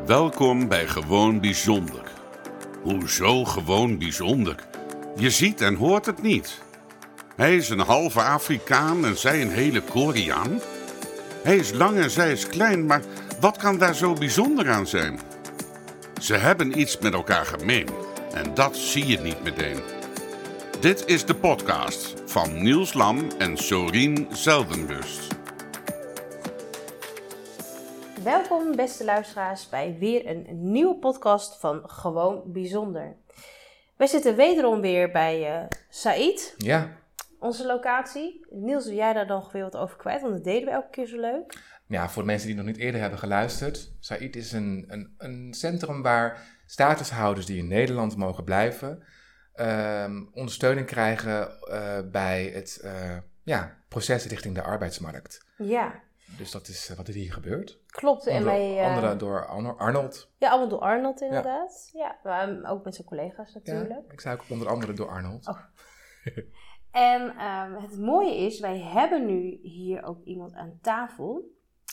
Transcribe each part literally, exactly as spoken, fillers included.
Welkom bij Gewoon Bijzonder. Hoezo gewoon bijzonder? Je ziet en hoort het niet. Hij is een halve Afrikaan en zij een hele Koreaan. Hij is lang en zij is klein, maar wat kan daar zo bijzonder aan zijn? Ze hebben iets met elkaar gemeen en dat zie je niet meteen. Dit is de podcast van Niels Lam en Sorien Zeldenrust. Welkom beste luisteraars bij weer een nieuwe podcast van Gewoon Bijzonder. Wij zitten wederom weer bij uh, Saïd, ja. Onze locatie. Niels, wil jij daar nog weer wat over kwijt? Want dat deden we elke keer zo leuk. Ja, voor de mensen die nog niet eerder hebben geluisterd. Saïd is een, een, een centrum waar statushouders die in Nederland mogen blijven Um, ondersteuning krijgen uh, bij het uh, ja, proces richting de arbeidsmarkt. Ja. Dus dat is uh, wat er hier gebeurt. Klopt. En Onder wij, uh, andere door Arnold. Ja, allemaal door Arnold inderdaad. Ja, ja, maar ook met zijn collega's natuurlijk. Ja, ik zei ook onder andere door Arnold. Oh. En um, het mooie is, wij hebben nu hier ook iemand aan tafel.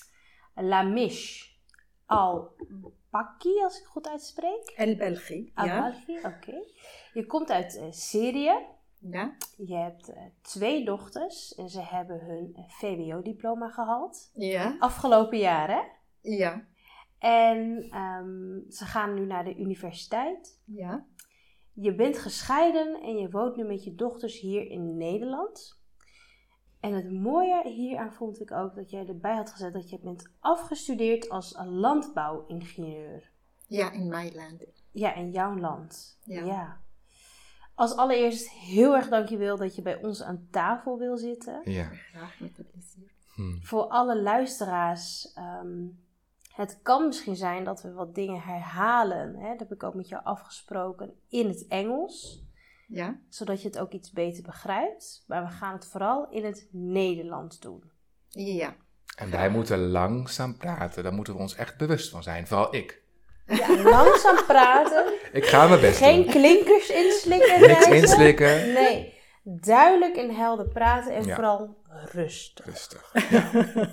Lamish Al-Baki, als ik het goed uitspreek. El-Belgi, ja. Al-Belgi, oké. Okay. Je komt uit uh, Syrië. Ja. Je hebt uh, twee dochters en ze hebben hun uh, V W O-diploma gehaald. Ja. Afgelopen jaar, hè? Ja. En um, ze gaan nu naar de universiteit. Ja. Je bent gescheiden en je woont nu met je dochters hier in Nederland. En het mooie hieraan vond ik ook dat jij erbij had gezet dat je bent afgestudeerd als landbouwingenieur. Ja, in mijn land. Ja, in jouw land. Ja. ja. Als allereerst heel erg dankjewel dat je bij ons aan tafel wil zitten. Ja. Graag, met plezier. Hmm. Voor alle luisteraars, um, het kan misschien zijn dat we wat dingen herhalen. Hè? Dat heb ik ook met jou afgesproken in het Engels. Ja. Zodat je het ook iets beter begrijpt. Maar we gaan het vooral in het Nederlands doen. Ja. En wij moeten langzaam praten. Daar moeten we ons echt bewust van zijn. Vooral ik. Ja, langzaam praten. Ik ga mijn best Geen doen. klinkers inslikken. Niks Reizen. inslikken. Nee, duidelijk en helder praten en ja. vooral rustig. Rustig, ja.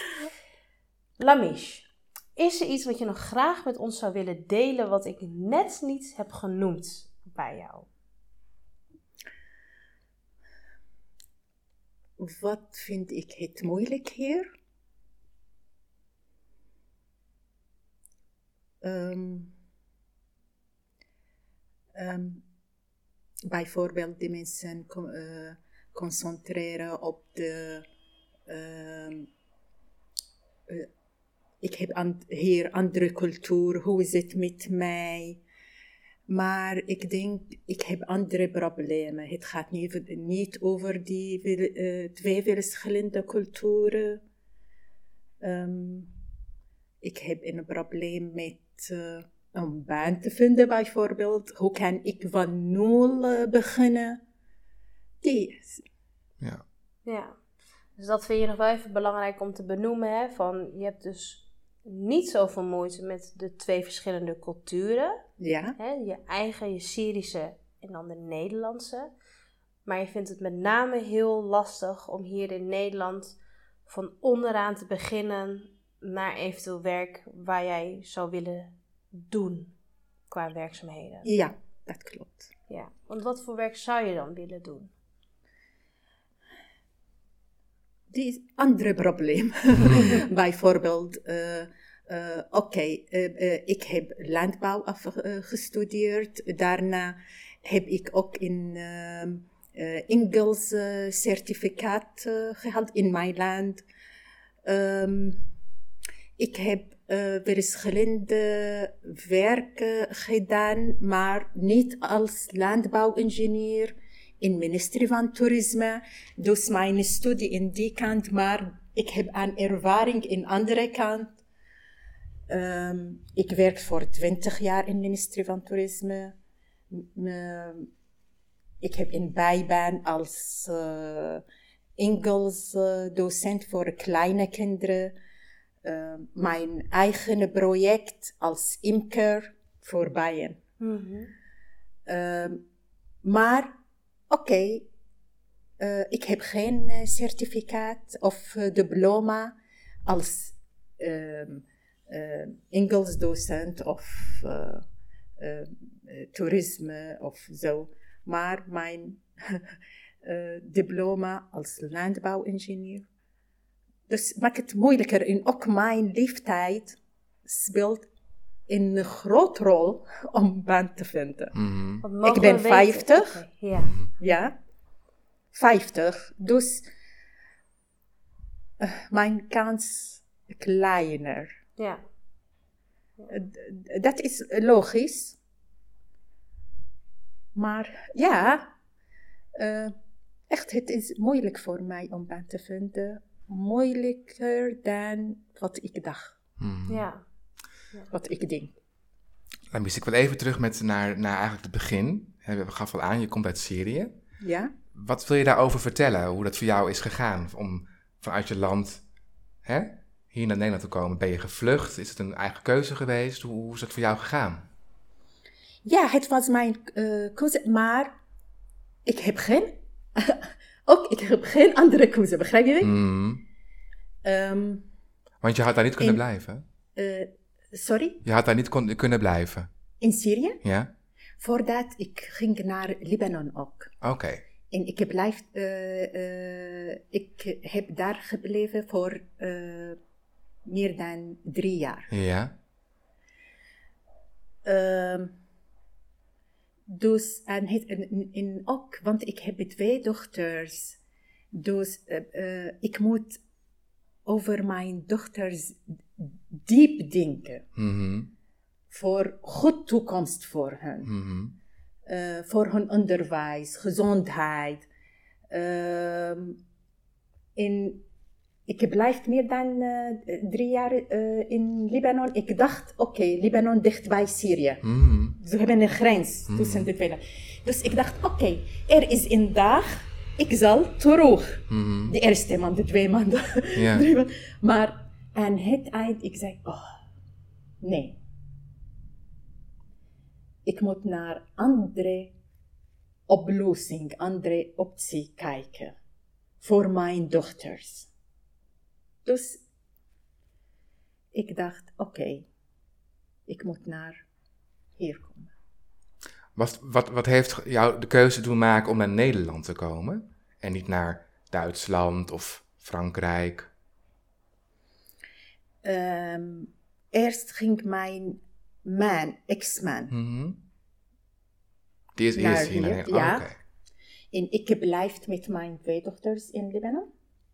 Lamish, is er iets wat je nog graag met ons zou willen delen wat ik net niet heb genoemd bij jou? Wat vind ik het moeilijk hier? Um, um, bijvoorbeeld de mensen uh, concentreren op de... Uh, uh, ik heb an- hier andere cultuur, hoe is het met mij? Maar ik denk, ik heb andere problemen. Het gaat niet, niet over die uh, twee verschillende culturen. Um, ik heb een probleem met uh, een baan te vinden bijvoorbeeld. Hoe kan ik van nul uh, beginnen? Die. Ja. Ja, dus dat vind je nog wel even belangrijk om te benoemen. Hè? Van, je hebt dus niet zoveel moeite met de twee verschillende culturen. Ja. Hè? Je eigen, je Syrische en dan de Nederlandse. Maar je vindt het met name heel lastig om hier in Nederland van onderaan te beginnen naar eventueel werk waar jij zou willen doen qua werkzaamheden. Ja, dat klopt. Ja, want wat voor werk zou je dan willen doen? Die is een ander probleem. Bijvoorbeeld, uh, uh, oké, okay, uh, uh, ik heb landbouw afgestudeerd. Uh, Daarna heb ik ook een uh, uh, Engels uh, certificaat uh, gehaald in mijn land. Um, ik heb uh, verschillende werken gedaan, maar niet als landbouwingenieur. In het ministerie van Toerisme, dus mijn studie in die kant, maar ik heb een ervaring in de andere kant. Um, ik werk voor twintig jaar in het ministerie van Toerisme. Um, ik heb een bijbaan als uh, Engels uh, docent voor kleine kinderen. Uh, mijn eigen project als imker voor bijen. Mm-hmm. Um, maar Oké, okay, uh, ik heb geen uh, certificaat of uh, diploma als uh, uh, Engels docent of uh, uh, uh, toerisme of zo. Maar mijn uh, diploma als landbouwingenieur. Dus maakt het moeilijker. En ook mijn leeftijd speelt een grote rol om baan te vinden. Mm-hmm. Ik ben vijftig. Okay, ja. Ja, vijftig. Dus uh, mijn kans kleiner. Ja. Uh, dat is logisch. Maar ja, uh, echt, het is moeilijk voor mij om baan te vinden. Moeilijker dan wat ik dacht. Mm-hmm. Ja. Ja. Wat ik denk. Dan moest ik wel even terug met naar, naar eigenlijk het begin. We gaf al aan, je komt uit Syrië. Ja. Wat wil je daarover vertellen? Hoe dat voor jou is gegaan? Om vanuit je land hè, hier naar Nederland te komen. Ben je gevlucht? Is het een eigen keuze geweest? Hoe, hoe is het voor jou gegaan? Ja, het was mijn uh, keuze. Maar ik heb geen... ook, ik heb geen andere keuze. Begrijp je? Mm. Um, Want je had daar niet kunnen in, blijven? Uh, sorry? Je had daar niet kon, kunnen blijven? In Syrië? Ja. Voordat ik ging naar Libanon ook. Oké. Okay. En ik heb, blijf, uh, uh, ik heb daar gebleven voor uh, meer dan drie jaar. Ja. Uh, dus, en, het, en, en ook, want ik heb twee dochters. Dus uh, uh, ik moet over mijn dochters diep denken. Mm-hmm. Voor goed toekomst voor hen. Mm-hmm. Uh, voor hun onderwijs, gezondheid. Uh, in, ik blijf meer dan uh, drie jaar uh, in Libanon. Ik dacht, oké, okay, Libanon dicht bij Syrië. Mm-hmm. Ze hebben een grens mm-hmm. tussen de twee landen. Dus ik dacht, oké, okay, er is een dag, ik zal terug. Mm-hmm. De eerste maand, de twee maanden. Yeah. drie maanden. Maar aan het eind, ik zei, oh, nee. Ik moet naar andere oplossing, andere optie kijken. Voor mijn dochters. Dus ik dacht, oké, okay, ik moet naar hier komen. Wat, wat, wat heeft jou de keuze doen maken om naar Nederland te komen? En niet naar Duitsland of Frankrijk? Um, eerst ging mijn man, ex-man. Mm-hmm. Die is eerst hier naar Nederland? Ja. Oh, okay. En ik blijf met mijn twee dochters in Libanon.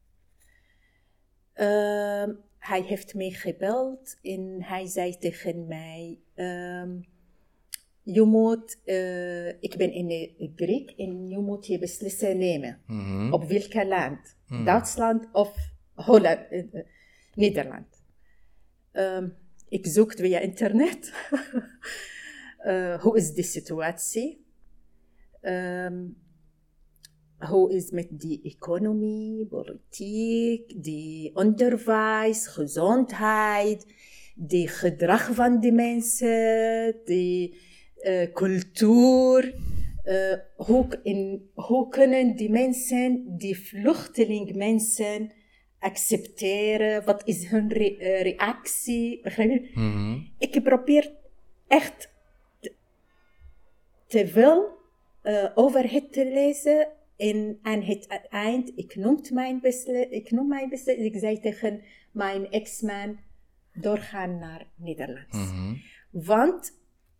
Uh, hij heeft mij gebeld en hij zei tegen mij... Um, je moet... Uh, ik ben in de Griek en je moet je beslissen nemen. Mm-hmm. Op welk land? Mm. Duitsland of Holland, uh, Nederland. Um, ik zoekte via internet. uh, hoe is de situatie? Um, hoe is met die economie, politiek, die onderwijs, gezondheid, die gedrag van de mensen, die uh, cultuur. Uh, hoe, in, hoe kunnen die mensen, die vluchteling-mensen, accepteren? Wat is hun re- uh, reactie? Begrijp je? Mm-hmm. Ik probeer echt te, te veel uh, over het te lezen. En aan het eind, ik noem mijn besluit, ik noem mijn besluit, ik zei tegen mijn ex-man, doorgaan naar Nederland. Mm-hmm. Want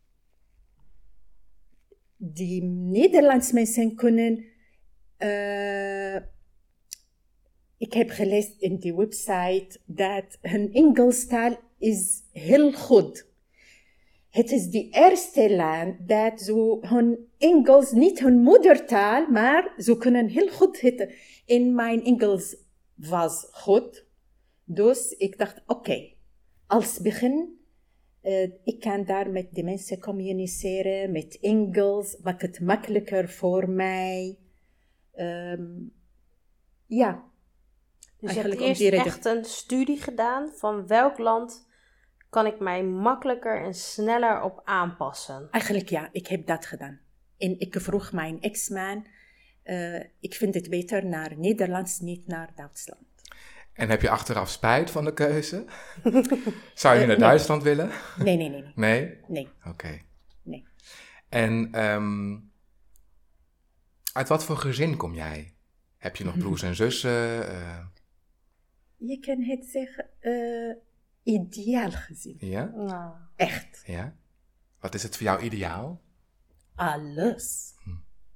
die Nederlandse mensen kunnen, uh, ik heb gelezen in die website, dat hun Engelstaal is heel goed. Het is de eerste land dat zo hun Engels, niet hun moedertaal, maar ze kunnen heel goed hitten. En mijn Engels was goed. Dus ik dacht, oké, okay, als begin, uh, ik kan daar met de mensen communiceren, met Engels, maakt het makkelijker voor mij. Um, ja. Dus je hebt eerst echt een studie gedaan van welk land kan ik mij makkelijker en sneller op aanpassen? Eigenlijk ja, ik heb dat gedaan. En ik vroeg mijn ex-man, uh, ik vind het beter naar Nederlands, niet naar Duitsland. En heb je achteraf spijt van de keuze? Zou je naar nee. Duitsland willen? Nee, nee, nee. Nee? Nee? Nee. Oké. Okay. Nee. En um, uit wat voor gezin kom jij? Heb je nog broers en zussen? Uh... Je kan het zeggen, uh, ideaal gezin. Ja? Nou. Echt. Ja? Wat is het voor jou ideaal? Alles. Hm.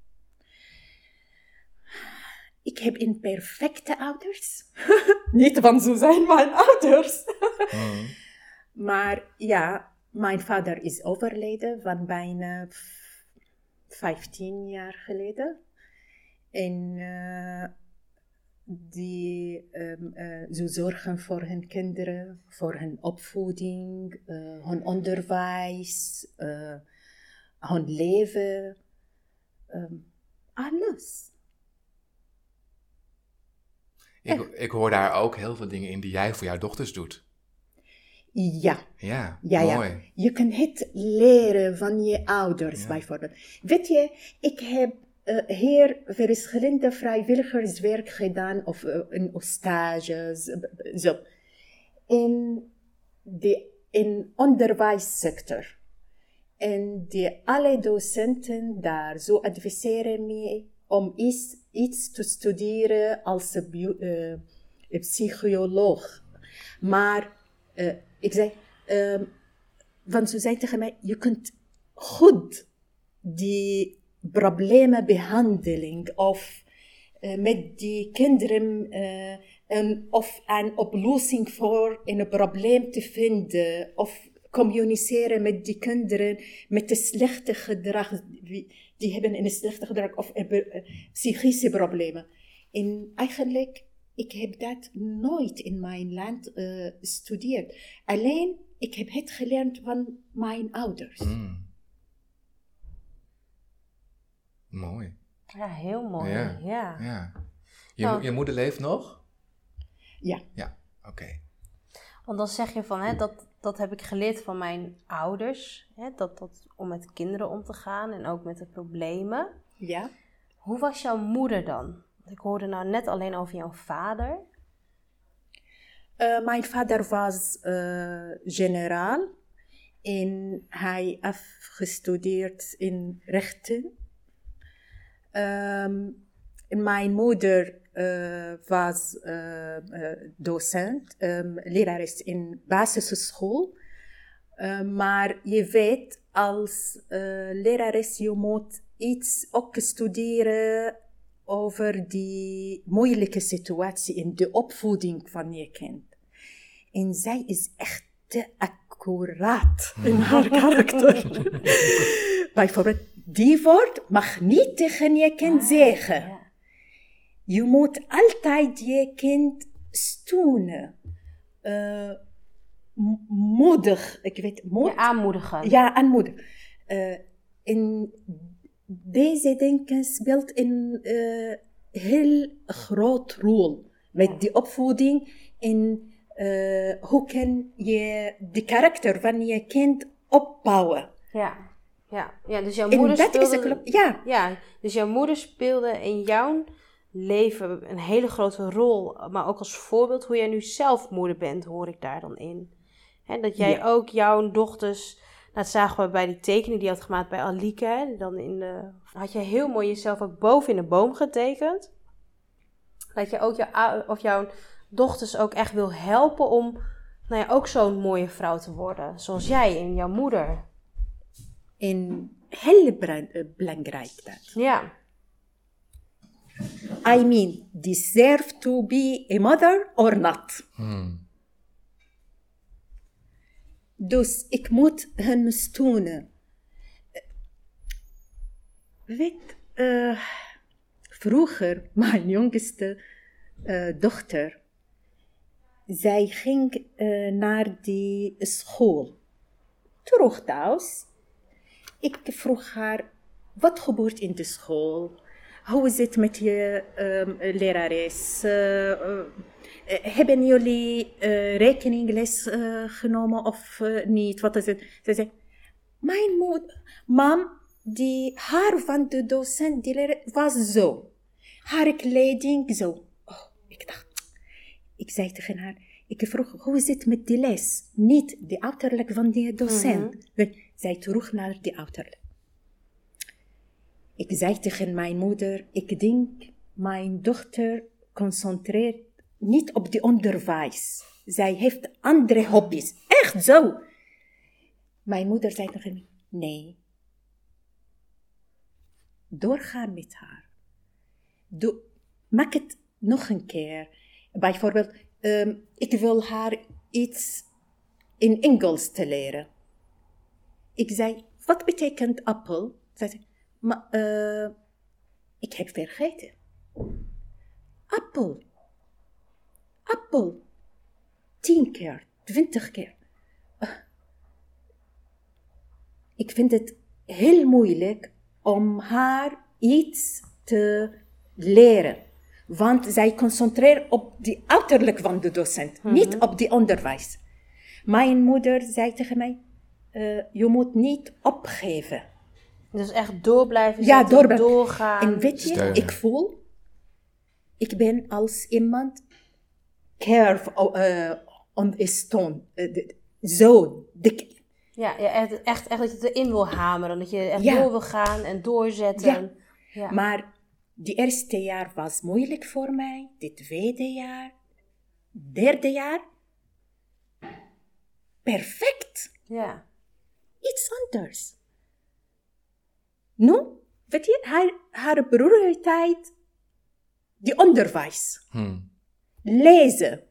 Ik heb een perfecte ouders. Niet, want zo zijn mijn ouders. mm. Maar ja, mijn vader is overleden van bijna vijftien jaar geleden. En uh, die um, uh, zo zorgen voor hun kinderen, voor hun opvoeding, uh, hun onderwijs, uh, hun leven, um, alles. Ik, ik hoor daar ook heel veel dingen in die jij voor jouw dochters doet. Ja. Ja, ja mooi. Ja. Je kan het leren van je ouders, ja. bijvoorbeeld. Weet je, ik heb uh, hier verschillende vrijwilligerswerk gedaan, of uh, in stages, uh, zo. In de in onderwijssector. En die alle docenten daar zo adviseren me om iets, iets te studeren als een, bio, uh, een psycholoog. Maar uh, ik zei, uh, want ze zei tegen mij, je kunt goed die problemen behandeling of uh, met die kinderen uh, een, of een oplossing voor een probleem te vinden of communiceren met die kinderen met een slechte gedrag. Die hebben een slechte gedrag of uh, psychische problemen. En eigenlijk, ik heb dat nooit in mijn land gestudeerd. Uh, Alleen, ik heb het geleerd van mijn ouders. Mm. Mooi. Ja, heel mooi. Ja. ja. ja. Je, nou, je moeder leeft nog? Ja. Ja, oké. Okay. Want dan zeg je van, hè, dat, dat heb ik geleerd van mijn ouders. Hè, dat, dat, om met kinderen om te gaan en ook met de problemen. Ja. Hoe was jouw moeder dan? Ik hoorde nou net alleen over jouw vader. Uh, mijn vader was uh, generaal. En hij afgestudeerd in rechten. Um, mijn moeder uh, was uh, uh, docent, um, lerares in basisschool. Uh, maar je weet, als uh, lerares, je moet iets ook studeren over die moeilijke situatie in de opvoeding van je kind. En zij is echt te accuraat in haar karakter. Bijvoorbeeld, die woord mag niet tegen je kind zeggen. Ja. Je moet altijd je kind steunen. Uh, moedig, ik weet, moed. Ja, aanmoedigen. Ja, aanmoedigen. Uh, in deze denken speelt een uh, heel groot rol met ja. die opvoeding. En uh, hoe kan je de karakter van je kind opbouwen? Ja. Ja, ja, dus jouw moeder speelde, ja. Ja, dus jouw moeder speelde in jouw leven een hele grote rol, maar ook als voorbeeld hoe jij nu zelf moeder bent, hoor ik daar dan in. He, dat jij ja. ook jouw dochters, dat zagen we bij die tekening die je had gemaakt bij Alike, hè, dan in de, had je heel mooi jezelf ook boven in de boom getekend. Dat je ook jou, of jouw dochters ook echt wil helpen om nou ja, ook zo'n mooie vrouw te worden, zoals jij en jouw moeder. En heel belangrijk dat. Ja. I mean, deserve to be a mother or not. Hmm. Dus ik moet hen steunen. Weet, uh, vroeger, mijn jongste uh, dochter, zij ging uh, naar die school. Terug thuis. Ik vroeg haar, wat gebeurt in de school? Hoe is het met je um, lerares? Uh, uh, hebben jullie uh, rekeningles uh, genomen of uh, niet? Wat is het? Ze zei, mijn moeder, mam, die haar van de docent, die lerares, was zo. Haar kleding zo. Oh, ik dacht, Ik zei tegen haar, ik vroeg, hoe is het met die les? Niet de uiterlijk van die docent. Mm-hmm. Zij terug naar de uiterlijk. Ik zei tegen mijn moeder, ik denk, mijn dochter concentreert niet op de onderwijs. Zij heeft andere hobby's. Echt zo. Mijn moeder zei tegen mij, nee. Doorgaan met haar. Doe, maak het nog een keer. Bijvoorbeeld, um, ik wil haar iets in Engels te leren. Ik zei, wat betekent appel? Zij zei, maar uh, ik heb vergeten. Appel. Appel. Tien keer, twintig keer. Uh, ik vind het heel moeilijk om haar iets te leren. Want zij concentreert op de uiterlijk van de docent, mm-hmm. niet op die onderwijs. Mijn moeder zei tegen mij, uh, je moet niet opgeven. Dus echt door blijven ja, zetten, door doorgaan. En weet je, Steunen. ik voel, ik ben als iemand curve uh, on a stone. Uh, de, zo dik. Ja, ja echt, echt, echt dat je het erin wil hameren. Dat je echt ja. door wil gaan en doorzetten. Ja. Ja. Maar het eerste jaar was moeilijk voor mij. Het tweede jaar. Derde jaar. Perfect. Ja. Iets anders. Nu, weet je, haar, haar prioriteit, die onderwijs. Hmm. Lezen.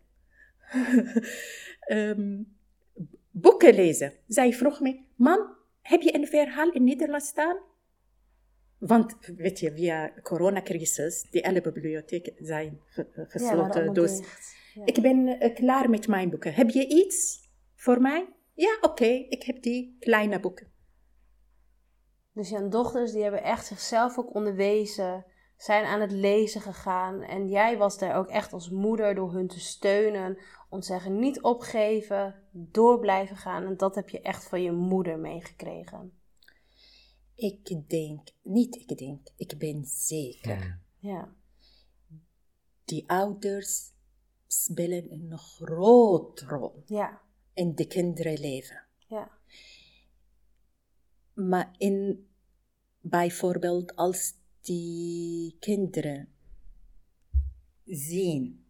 um, boeken lezen. Zij vroeg me, mam, heb je een verhaal in Nederlands staan? Want, weet je, via coronacrisis, die alle bibliotheken zijn ge- gesloten. Ja, dus ja. ik ben uh, klaar met mijn boeken. Heb je iets voor mij? Ja, oké, okay, ik heb die kleine boeken. Dus jouw dochters, die hebben echt zichzelf ook onderwezen, zijn aan het lezen gegaan. En jij was daar ook echt als moeder door hun te steunen, om te zeggen, niet opgeven, door blijven gaan. En dat heb je echt van je moeder meegekregen. Ik denk, niet ik denk, ik ben zeker. Ja. Die ouders spelen een grote rol ja. in de kinderleven. Ja. Maar in, bijvoorbeeld als die kinderen zien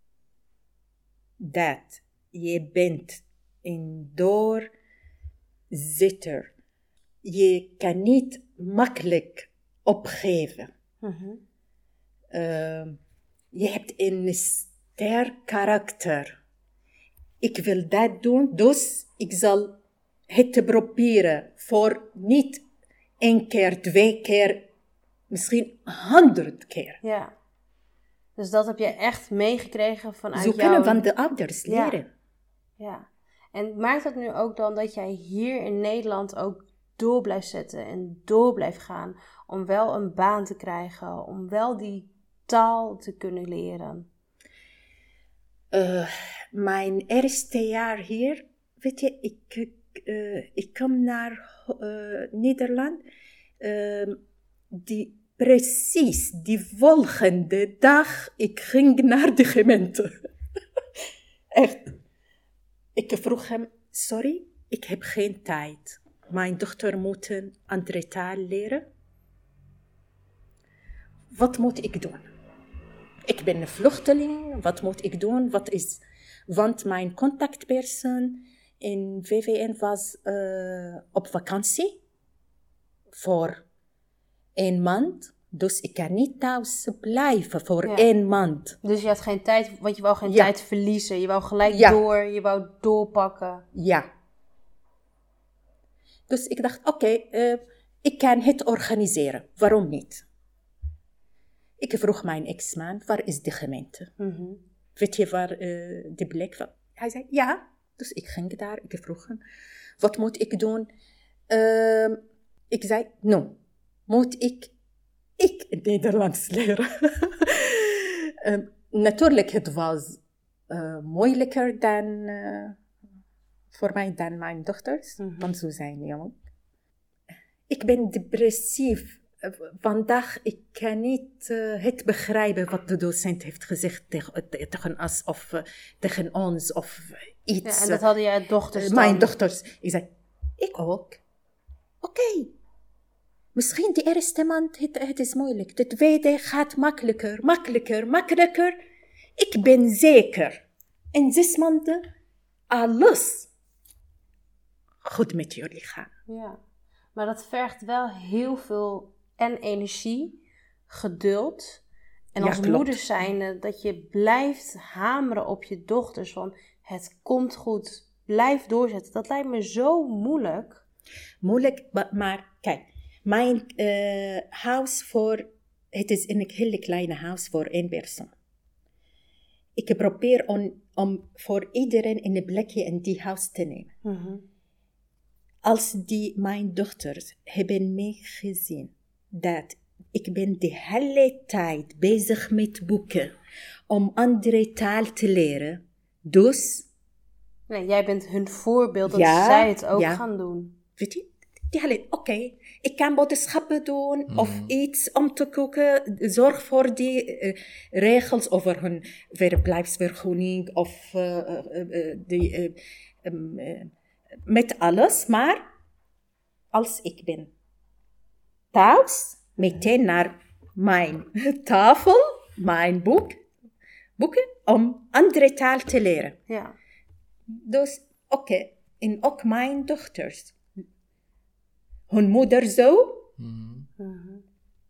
dat je bent een doorzitter, je kan niet makkelijk opgeven. Mm-hmm. Uh, je hebt een sterk karakter. Ik wil dat doen, dus ik zal het proberen voor niet één keer, twee keer, misschien honderd keer. Ja. Dus dat heb je echt meegekregen vanuit Zo jouw... kunnen van de ouders leren. Ja. ja. En maakt dat nu ook dan dat jij hier in Nederland ook door blijft zetten en door blijft gaan om wel een baan te krijgen, om wel die taal te kunnen leren? Uh, mijn eerste jaar hier, weet je, ik, uh, ik kom naar uh, Nederland, uh, die precies die volgende dag, ik ging naar de gemeente. Echt. Ik vroeg hem, sorry, ik heb geen tijd. Mijn dochter moet een andere taal leren. Wat moet ik doen? Ik ben een vluchteling. Wat moet ik doen? Wat is... Want mijn contactpersoon in V V N was uh, op vakantie. Voor een maand. Dus ik kan niet thuis blijven voor ja. één maand. Dus je had geen tijd, want je wou geen ja. tijd verliezen. Je wou gelijk ja. door, je wou doorpakken. Ja. Dus ik dacht, oké, okay, uh, ik kan het organiseren. Waarom niet? Ik vroeg mijn ex-man, waar is de gemeente? Mm-hmm. Weet je waar uh, de plek was? Hij zei, ja. Dus ik ging daar, ik vroeg hem, wat moet ik doen? Uh, ik zei, no, moet ik, ik Nederlands leren? uh, natuurlijk, het was uh, moeilijker dan... Uh, voor mij dan mijn dochters, mm-hmm. want ze zijn jong. Ik ben depressief vandaag, ik kan niet uh, het begrijpen wat de docent heeft gezegd tegen, tegen ons of uh, tegen ons of iets. Ja, en dat hadden jij dochters dan? Mijn dochters. Ik zei, ik ook. Oké. Okay. Misschien de eerste maand, het, het is moeilijk. De tweede gaat makkelijker, makkelijker, makkelijker. Ik ben zeker. In zes maanden, alles goed met jullie gaan. Ja, maar dat vergt wel heel veel en energie, geduld. En als ja, moeder zijnde dat je blijft hameren op je dochters van het komt goed, blijf doorzetten. Dat lijkt me zo moeilijk. Moeilijk, maar kijk, mijn uh, huis voor, het is een hele kleine huis voor één persoon. Ik probeer om, om voor iedereen een plekje in die huis te nemen. Mm-hmm. Als die, mijn dochters hebben meegezien dat ik ben de hele tijd bezig met boeken om andere taal te leren. Dus... Nee, jij bent hun voorbeeld dat ja, zij het ook ja. gaan doen. Weet je, die hele, oké, okay, ik kan boodschappen doen mm. of iets om te koken. Zorg voor die uh, regels over hun verblijfsvergunning of uh, uh, uh, die, uh, um, uh, met alles. Maar als ik ben thuis, meteen naar mijn tafel, mijn boek, boeken, om andere taal te leren. Ja. Dus, oké, okay, en ook mijn dochters. Hun moeder zo. Mm-hmm. Mm-hmm.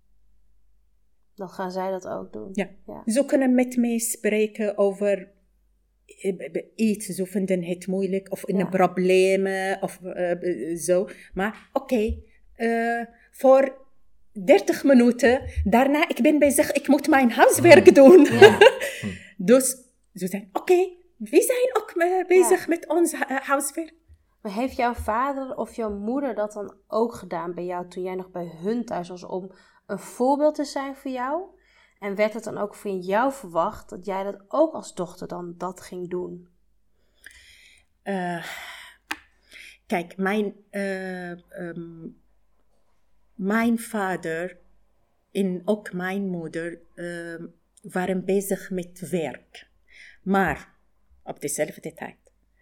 Dan gaan zij dat ook doen. Ja. ja. Ze kunnen met mij spreken over iets. Ze vinden het moeilijk of in ja. problemen of uh, zo. Maar oké, okay, uh, voor dertig minuten, daarna ik ben bezig, ik moet mijn huiswerk mm. doen. Ja. Dus ze zijn oké, okay, we zijn ook uh, bezig ja. met ons uh, huiswerk. Maar heeft jouw vader of jouw moeder dat dan ook gedaan bij jou toen jij nog bij hun thuis was om een voorbeeld te zijn voor jou? En werd het dan ook van jou verwacht dat jij dat ook als dochter dan dat ging doen? Uh, kijk, mijn, uh, um, mijn vader en ook mijn moeder uh, waren bezig met werk. Maar op dezelfde tijd.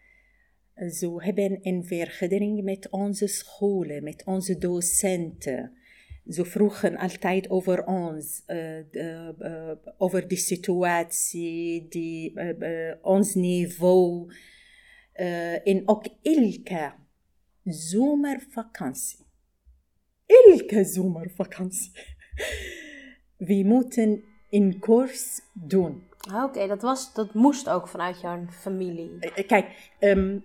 Ze hebben een vergadering met onze scholen, met onze docenten. Ze vroegen altijd over ons, uh, uh, uh, over de situatie, die, uh, uh, ons niveau. Uh, en ook elke zomervakantie. Elke zomervakantie. We moeten een koers doen. Oké, okay, dat was, dat moest ook vanuit jouw familie. Uh, kijk, um,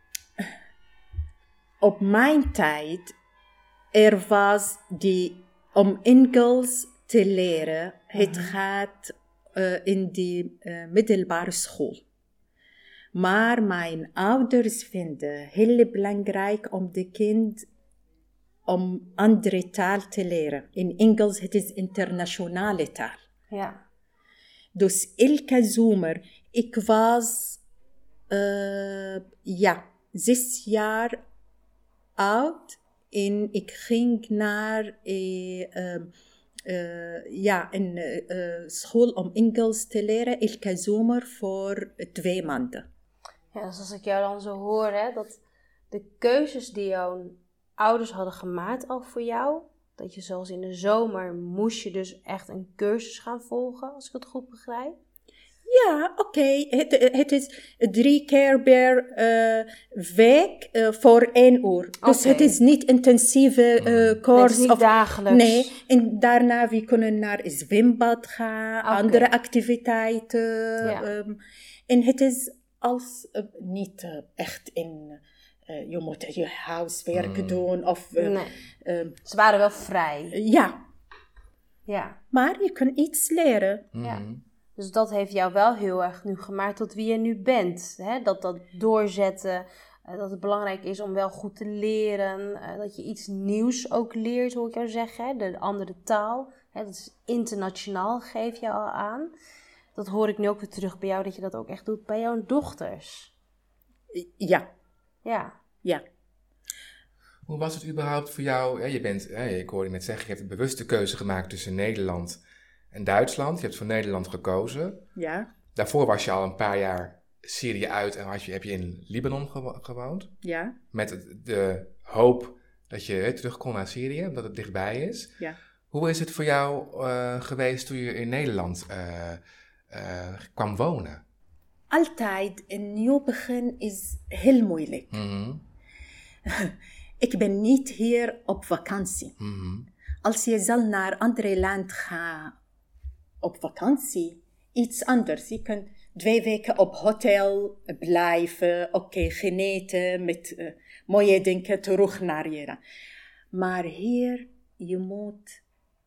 op mijn tijd, er was die, om Engels te leren, uh-huh. het gaat uh, in die uh, middelbare school. Maar mijn ouders vinden heel belangrijk om de kind om andere taal te leren. In Engels, het is internationale taal. Ja. Dus elke zomer, ik was, uh, ja, zes jaar oud en ik ging naar uh, uh, uh, ja, een uh, school om Engels te leren, elke zomer voor twee maanden. Ja, dus als ik jou dan zo hoor, hè, dat de keuzes die jouw ouders hadden gemaakt al voor jou, dat je zoals in de zomer moest je dus echt een cursus gaan volgen, als ik het goed begrijp. Ja, oké. Okay. Het, het is drie keer per uh, week uh, voor één uur. Okay. Dus het is niet intensieve uh, course. Het is niet of, dagelijks. Nee, en daarna we kunnen naar een zwembad gaan, okay. andere activiteiten. Ja. Um, en het is als uh, niet uh, echt in... Uh, je moet je huiswerk mm. doen. Of, uh, nee. uh, Ze waren wel vrij. Uh, ja. ja. Maar je kunt iets leren. Mm. Ja. Dus dat heeft jou wel heel erg nu gemaakt tot wie je nu bent. Hè? Dat dat doorzetten, uh, dat het belangrijk is om wel goed te leren. Uh, dat je iets nieuws ook leert, hoor ik jou zeggen. Hè? De andere taal. Hè? Dat is internationaal, geef je al aan. Dat hoor ik nu ook weer terug bij jou, dat je dat ook echt doet bij jouw dochters. Ja. Ja. Ja. Hoe was het überhaupt voor jou? Ja, je bent, ja, ik hoorde je net zeggen, je hebt een bewuste keuze gemaakt tussen Nederland en Duitsland. Je hebt voor Nederland gekozen. Ja, Daarvoor was je al een paar jaar Syrië uit en had je, heb je in Libanon gewo- gewoond. ja, Met het- de hoop dat je hè, terug kon naar Syrië, omdat het dichtbij is. ja. Hoe is het voor jou uh, geweest toen je in Nederland uh, uh, kwam wonen? Altijd een nieuw begin is heel moeilijk. Mm-hmm. Ik ben niet hier op vakantie. Mm-hmm. Als je zal naar een ander land gaan op vakantie, iets anders. Je kunt twee weken op hotel blijven, oké, okay, genieten met uh, mooie dingen, terug naar je. Maar hier, je moet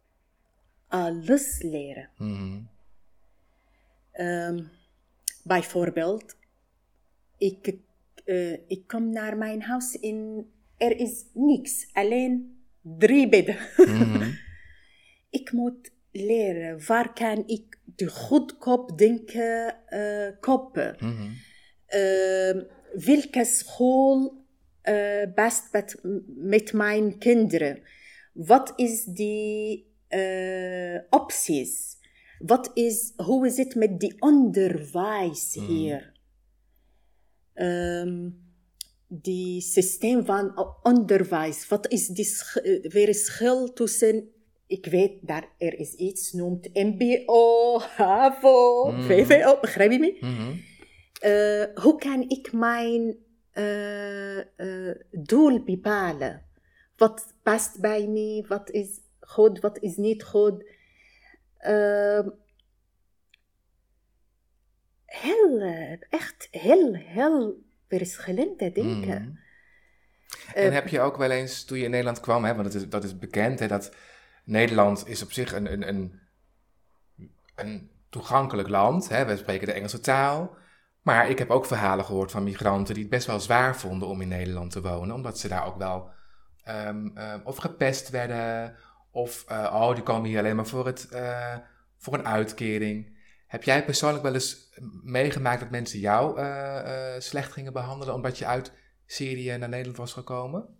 alles leren. Mm-hmm. Um, bijvoorbeeld, ik, uh, ik kom naar mijn huis en er is niks, alleen drie bedden. Mm-hmm. Ik moet leren, waar kan ik de goedkoop dingen uh, kopen? Mm-hmm. Uh, welke school uh, past met, met mijn kinderen? Wat is die uh, opties? Wat is, hoe is het met die onderwijs hier? Mm. Um, die systeem van onderwijs. Wat is die sch- weer verschil tussen, ik weet dat er is iets noemt M B O, H A V O, Mm. V W O, begrijp je me? Mm-hmm. Uh, hoe kan ik mijn uh, uh, doel bepalen? Wat past bij me? Wat is goed? Wat is niet goed? Uh, heel, echt heel, heel verschillende dingen. Mm. En uh, heb je ook wel eens, toen je in Nederland kwam, hè, want dat is, dat is bekend, hè, dat Nederland is op zich een, een, een, een toegankelijk land. Hè, we spreken de Engelse taal. Maar ik heb ook verhalen gehoord van migranten die het best wel zwaar vonden om in Nederland te wonen. Omdat ze daar ook wel um, uh, of gepest werden, of uh, oh, die komen hier alleen maar voor, het, uh, voor een uitkering. Heb jij persoonlijk wel eens meegemaakt dat mensen jou uh, uh, slecht gingen behandelen omdat je uit Syrië naar Nederland was gekomen?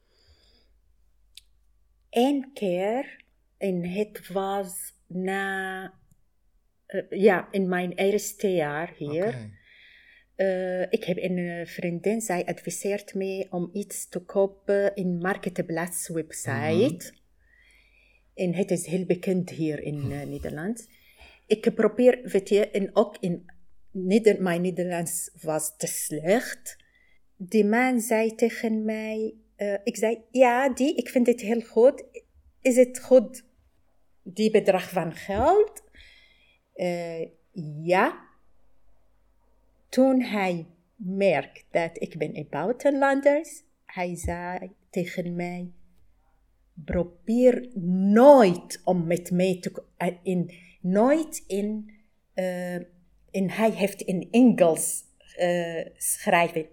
Eén keer, en het was na, uh, ja, in mijn eerste jaar hier. Okay. Uh, ik heb een uh, vriendin, zij adviseert me om iets te kopen in Marketplaats website. Mm-hmm. En het is heel bekend hier in uh, Nederland. Ik probeer, weet je, en ook in Neder- mijn Nederlands was te slecht. Die man zei tegen mij, uh, ik zei, ja, die, ik vind het heel goed. Is het goed, die bedrag van geld? Uh, ja. Toen hij merkte dat ik ben een buitenlander, hij zei tegen mij, probeer nooit om met mij te uh, in nooit in uh, en hij heeft in Engels uh, schrijven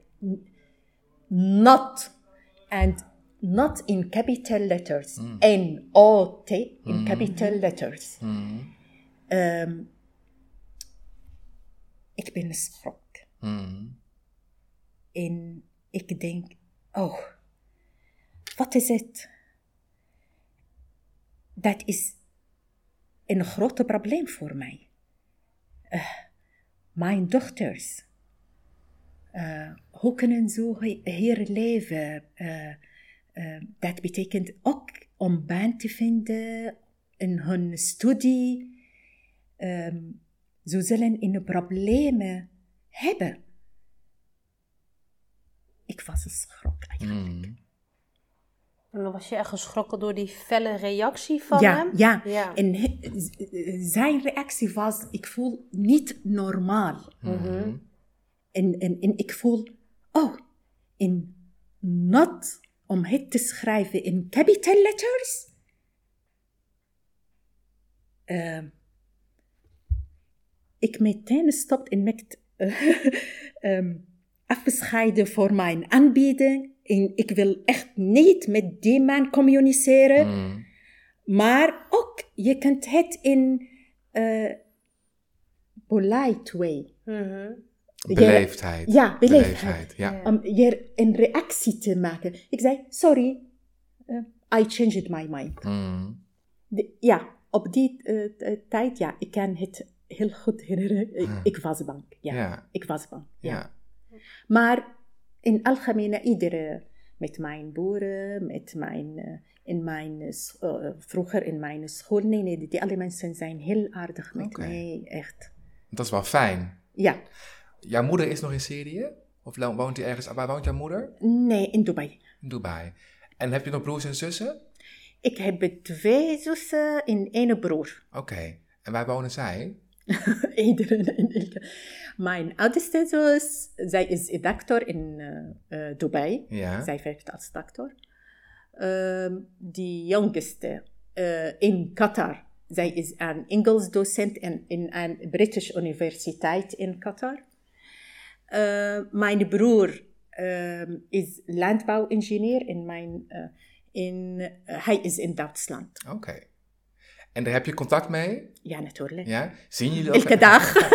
not and not in capital letters mm. N O T in mm. capital letters Mm. Um, ik ben geschrokken Mm. en ik denk, oh, wat is het? Dat is een groot probleem voor mij. Uh, mijn dochters. Uh, hoe kunnen ze hier leven? Uh, uh, dat betekent ook om baan te vinden in hun studie. Um, ze zullen in problemen hebben. Ik was geschrokken eigenlijk. Mm. En dan was je echt geschrokken door die felle reactie van ja, hem? Ja, ja. En he, zijn reactie was, ik voel niet normaal. Mm-hmm. En, en, en ik voel, oh, in not, om het te schrijven in capital letters. Uh, ik meteen stopt en met uh, um, afscheiden voor mijn aanbieding. En ik wil echt niet met die man communiceren. Mm. Maar ook, je kunt het in uh, polite way. Mm-hmm. Beleefdheid. Ja, beleefdheid. Ja. Ja. Om je een reactie te maken. Ik zei, sorry, uh, I changed my mind. Mm. De, ja, op die uh, uh, tijd, ja, ik kan het heel goed herinneren. Ik, Hmm. ik was bang, ja. Ja. Ik was bang, ja. Ja. Maar in algemeen, iedere, met mijn boeren, met mijn, uh, in mijn, uh, vroeger in mijn school, nee, nee, die alle mensen zijn heel aardig met Oké. mij, echt. Dat is wel fijn. Ja, Jouw moeder is nog in Syrië? Of lo- woont hij ergens? Waar woont jouw moeder? nee, in Dubai. In Dubai. En heb je nog broers en zussen? Ik heb twee zussen en één broer. Oké. En waar wonen zij? Iedereen in elke. Mijn oudste zus, zij is een dokter in uh, uh, Dubai. Ja. Zij werkt als dokter. Uh, die jongste uh, in Qatar. Zij is een Engels docent in, in een British universiteit in Qatar. Uh, mijn broer uh, is landbouwingenieur en mijn, uh, in, uh, hij is in Duitsland. Oké. En daar heb je contact mee? Ja, natuurlijk. Ja. Zien jullie Elke elkaar? dag.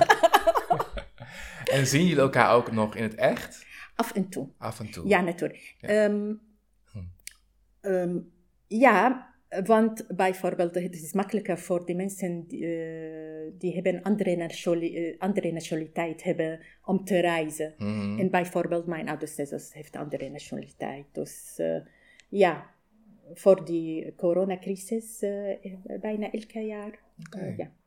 En zien jullie elkaar ook nog in het echt? Af en toe. Af en toe. Ja, natuurlijk. Ja. Ja, um, Hm. um, ja want bijvoorbeeld het is makkelijker voor de mensen die, uh, die hebben andere, nationali- uh, andere nationaliteit hebben om te reizen. Mhm. En bijvoorbeeld mijn oudste zus heeft andere nationaliteit. Dus uh, ja, voor die coronacrisis uh, bijna elke jaar. Oké. Uh, ja.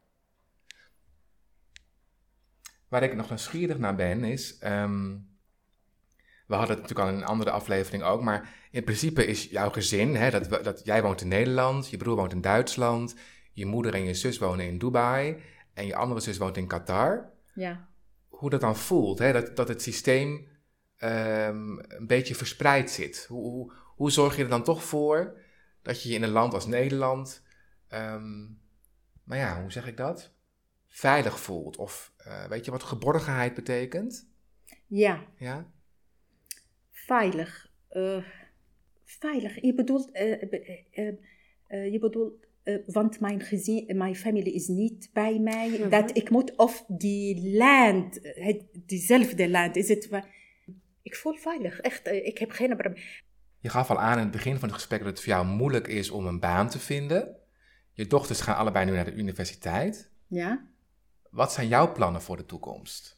Waar ik nog nieuwsgierig naar ben is... Um, we hadden het natuurlijk al in een andere aflevering ook, maar in principe is jouw gezin, hè, dat, dat jij woont in Nederland, je broer woont in Duitsland, je moeder en je zus wonen in Dubai en je andere zus woont in Qatar. Ja. Hoe dat dan voelt, hè, dat, dat het systeem um, een beetje verspreid zit. Hoe, hoe, hoe zorg je er dan toch voor dat je je in een land als Nederland, um, nou ja, hoe zeg ik dat, veilig voelt? Of uh, weet je wat geborgenheid betekent? Ja. Ja? Veilig. Uh, veilig. Je bedoelt, uh, uh, uh, uh, je bedoelt uh, want mijn gezin, mijn familie is niet bij mij. Mm-hmm. Dat ik moet, of die land, het, diezelfde land, is het waar. Ik voel veilig, echt. Uh, ik heb geen probleem. Je gaf al aan in het begin van het gesprek dat het voor jou moeilijk is om een baan te vinden. Je dochters gaan allebei nu naar de universiteit. Ja. Wat zijn jouw plannen voor de toekomst?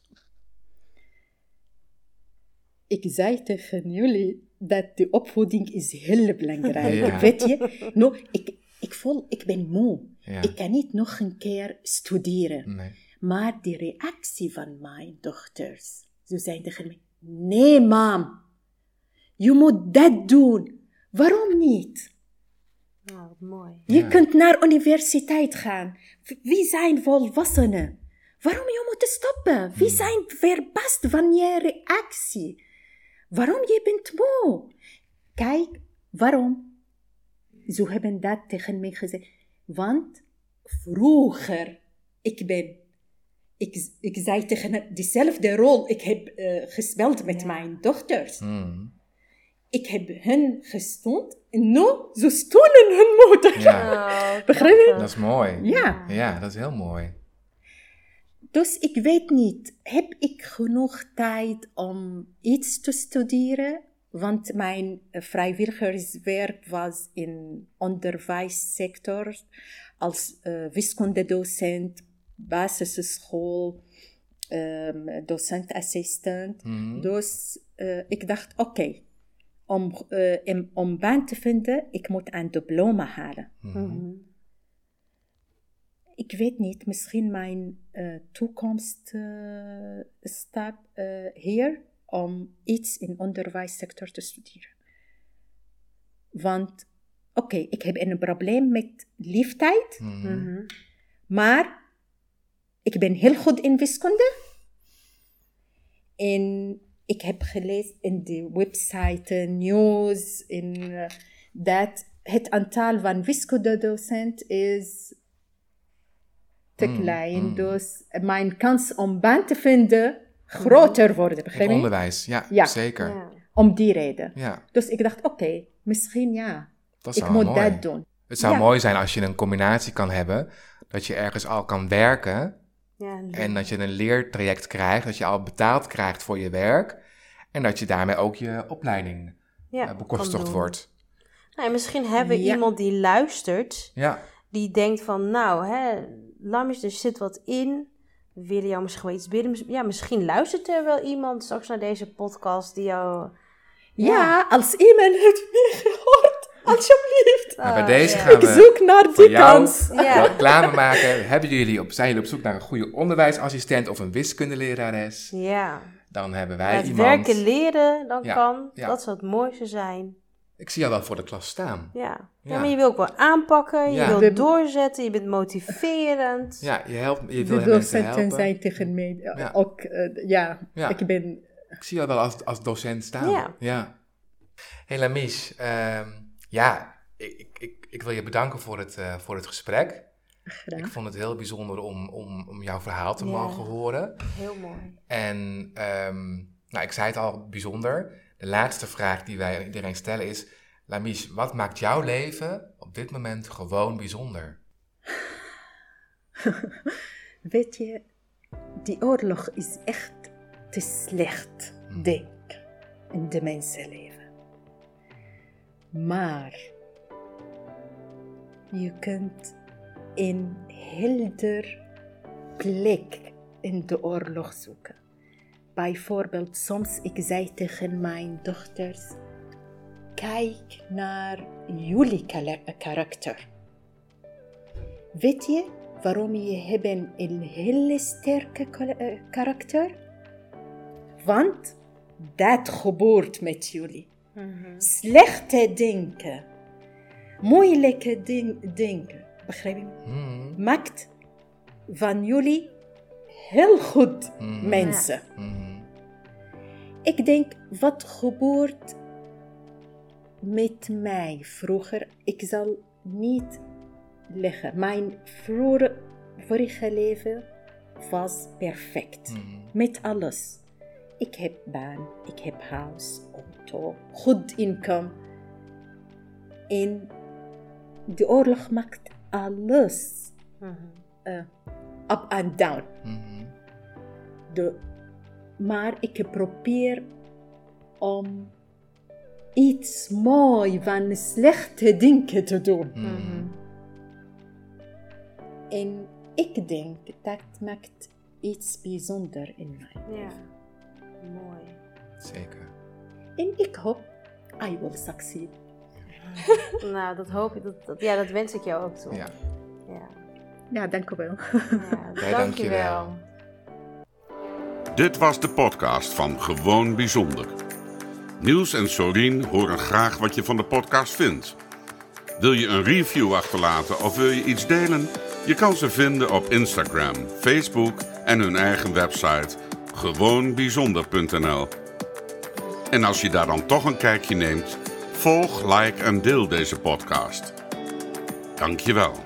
Ik zei tegen jullie dat de opvoeding is heel belangrijk. Ja. Weet je, no, ik, ik voel, ik ben moe. Ja. Ik kan niet nog een keer studeren. Nee. Maar de reactie van mijn dochters, ze zijn tegen mij, nee mam, je moet dat doen. Waarom niet? Oh, wat mooi. Je Ja. kunt naar universiteit gaan. Wie zijn volwassenen? Waarom je moet stoppen? Wie Hmm. zijn verbaasd van je reactie? Waarom je bent moe? Kijk, waarom? Ze hebben dat tegen mij gezegd. Want vroeger, ik ben, ik, ik zei tegen hen, dezelfde rol, ik heb uh, gespeeld met Ja. mijn dochters. Mm. Ik heb hen gesteund en nu, ze steunen hun moeder. Ja. Oh, Begrijp je? prachtig. Dat is mooi. Ja. Ja, dat is heel mooi. Dus ik weet niet, heb ik genoeg tijd om iets te studeren? Want mijn vrijwilligerswerk was in onderwijssector als uh, wiskundedocent, basisschool, um, docent-assistent. Mm. Dus uh, ik dacht, oké, okay, om, uh, om baan te vinden, ik moet een diploma halen. Mm. Mm-hmm. Ik weet niet, misschien mijn uh, toekomststap uh, uh, hier om iets in de onderwijssector te studeren. Want, oké, okay, ik heb een probleem met leeftijd, Mm. Mm-hmm. maar ik ben heel goed in wiskunde. En ik heb gelezen in de website, nieuws, in, uh, dat het aantal van wiskundedocenten is te Mm, klein. mm. Dus mijn kans om baan te vinden groter worden, Het begrijp je? onderwijs, ja, Ja. zeker. Ja. Ja. Om die reden. Dus ik dacht, oké, okay, misschien ja, Dat ik zou wel moet mooi. dat doen. Het zou Ja. mooi zijn als je een combinatie kan hebben, dat je ergens al kan werken Ja, En dat je een leertraject krijgt, dat je al betaald krijgt voor je werk. En dat je daarmee ook je opleiding ja, uh, bekostigd wordt. Nou, en misschien hebben we Ja. iemand die luistert, Ja, die denkt van, nou, hè, Lamis, er zit wat in. We willen jou misschien wel iets bidden. Ja, misschien luistert er wel iemand straks naar deze podcast die jou... Ja, als iemand het me gehoord, alsjeblieft. maar bij Ah, deze ja. gaan Ik we zoek naar voor die jou kans. Ja. reclame maken. Hebben jullie op, zijn jullie op zoek naar een goede onderwijsassistent of een wiskundelerares? Ja, Dan hebben wij het iemand... werken leren dan Ja, kan. ja. Dat zou het mooiste zijn. Ik zie jou wel voor de klas staan. Ja. Ja. Ja. maar je wil ook wel aanpakken. Je Ja. wil We- doorzetten. Je bent motiverend. Ja, je, helpt, je De wil mensen docenten helpen. zijn tegen mij Ja. ook, uh, ja, Ja. ik ben... Ik zie jou wel als, als docent staan. Ja. ja. Hey Lamis, uh, ja, ik, ik, ik, ik wil je bedanken voor het, uh, voor het gesprek. Graag. Ik vond het heel bijzonder om, om, om jouw verhaal te Ja. mogen horen. Heel mooi. En um, nou, ik zei het al, bijzonder. De laatste vraag die wij aan iedereen stellen is... Lamis, wat maakt jouw leven op dit moment gewoon bijzonder? Weet je, die oorlog is echt te slecht, Hmm. denk ik, in de mensenleven. Maar je kunt een helder plek in de oorlog zoeken. Bijvoorbeeld, soms ik zei tegen mijn dochters, kijk naar jullie karakter. Weet je waarom je hebben een hele sterke karakter? Want dat gebeurt met jullie. Mm-hmm. Slechte denken, moeilijke ding, denken, begrijp je? Hmm. Maakt van jullie heel goed Hmm. mensen. Hmm. Ik denk, wat gebeurt met mij vroeger? Ik zal niet leggen. Mijn vroeger, vorige leven was perfect. Hmm. Met alles. Ik heb baan, ik heb huis, auto, goed inkomen. En de oorlog maakt alles Mm-hmm. uh, up and down. Hmm. De, maar ik probeer om iets mooi van slechte dingen te doen. Hmm. En ik denk dat maakt iets bijzonders in mij. Ja, mooi. Zeker. En ik hoop, I will succeed. Nou, dat hoop ik. Dat, dat, ja, dat wens ik jou ook toe. Ja. Ja, Ja, dank u wel. ja Jij dankjewel. dankjewel. Dit was de podcast van Gewoon Bijzonder. Niels en Sorien horen graag wat je van de podcast vindt. Wil je een review achterlaten of wil je iets delen? Je kan ze vinden op Instagram, Facebook en hun eigen website gewoon bijzonder punt n l. En als je daar dan toch een kijkje neemt, volg, like en deel deze podcast. Dank je wel.